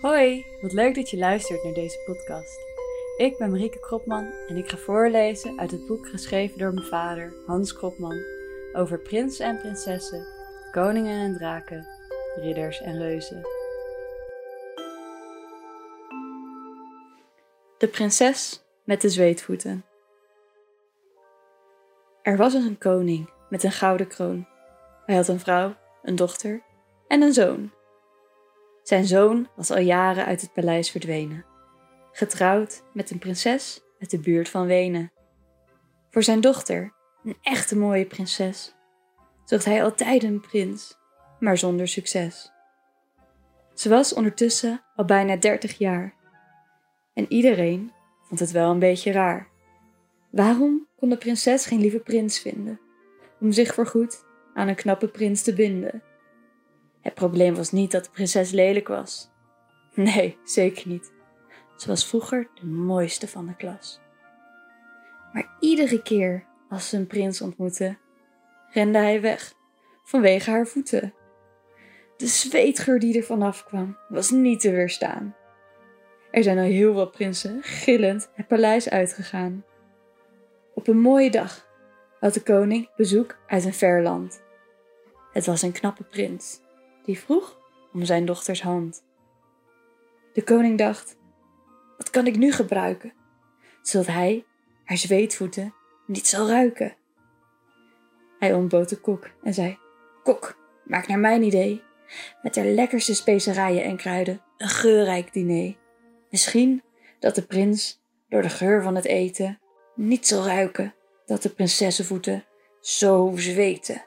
Hoi, wat leuk dat je luistert naar deze podcast. Ik ben Marieke Kropman en ik ga voorlezen uit het boek geschreven door mijn vader, Hans Kropman, over prinsen en prinsessen, koningen en draken, ridders en reuzen. De prinses met de zweetvoeten. Er was een koning met een gouden kroon. Hij had een vrouw, een dochter en een zoon. Zijn zoon was al jaren uit het paleis verdwenen, getrouwd met een prinses uit de buurt van Wenen. Voor zijn dochter, een echte mooie prinses, zocht hij altijd een prins, maar zonder succes. Ze was ondertussen al bijna 30 jaar en iedereen vond het wel een beetje raar. Waarom kon de prinses geen lieve prins vinden, om zich voorgoed aan een knappe prins te binden? Het probleem was niet dat de prinses lelijk was. Nee, zeker niet. Ze was vroeger de mooiste van de klas. Maar iedere keer als ze een prins ontmoette, rende hij weg, vanwege haar voeten. De zweetgeur die er vanaf kwam, was niet te weerstaan. Er zijn al heel wat prinsen gillend het paleis uitgegaan. Op een mooie dag had de koning bezoek uit een ver land. Het was een knappe prins, die vroeg om zijn dochters hand. De koning dacht, wat kan ik nu gebruiken, zodat hij haar zweetvoeten niet zal ruiken? Hij ontbood de kok en zei, kok, maak naar mijn idee, met de lekkerste specerijen en kruiden, een geurrijk diner. Misschien dat de prins door de geur van het eten niet zal ruiken dat de prinsessenvoeten zo zweten.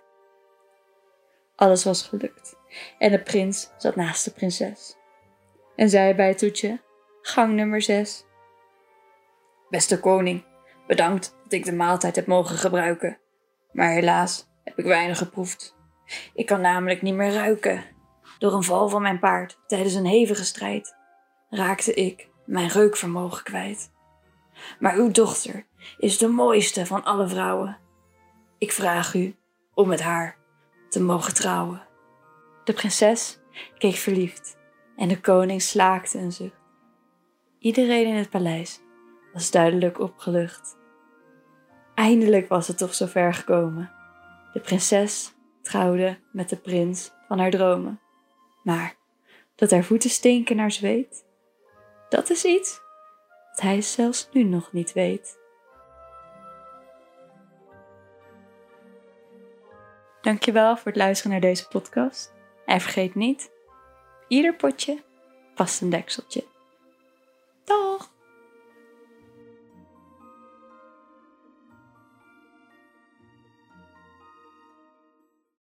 Alles was gelukt en de prins zat naast de prinses en zei bij het toetje, gang nummer 6. Beste koning, bedankt dat ik de maaltijd heb mogen gebruiken, maar helaas heb ik weinig geproefd. Ik kan namelijk niet meer ruiken. Door een val van mijn paard tijdens een hevige strijd raakte ik mijn reukvermogen kwijt. Maar uw dochter is de mooiste van alle vrouwen. Ik vraag u om met haar te mogen trouwen. De prinses keek verliefd en de koning slaakte een zucht. Iedereen in het paleis was duidelijk opgelucht. Eindelijk was het toch zover gekomen. De prinses trouwde met de prins van haar dromen. Maar dat haar voeten stinken naar zweet, dat is iets dat hij zelfs nu nog niet weet. Dankjewel voor het luisteren naar deze podcast. En vergeet niet, ieder potje past een dekseltje.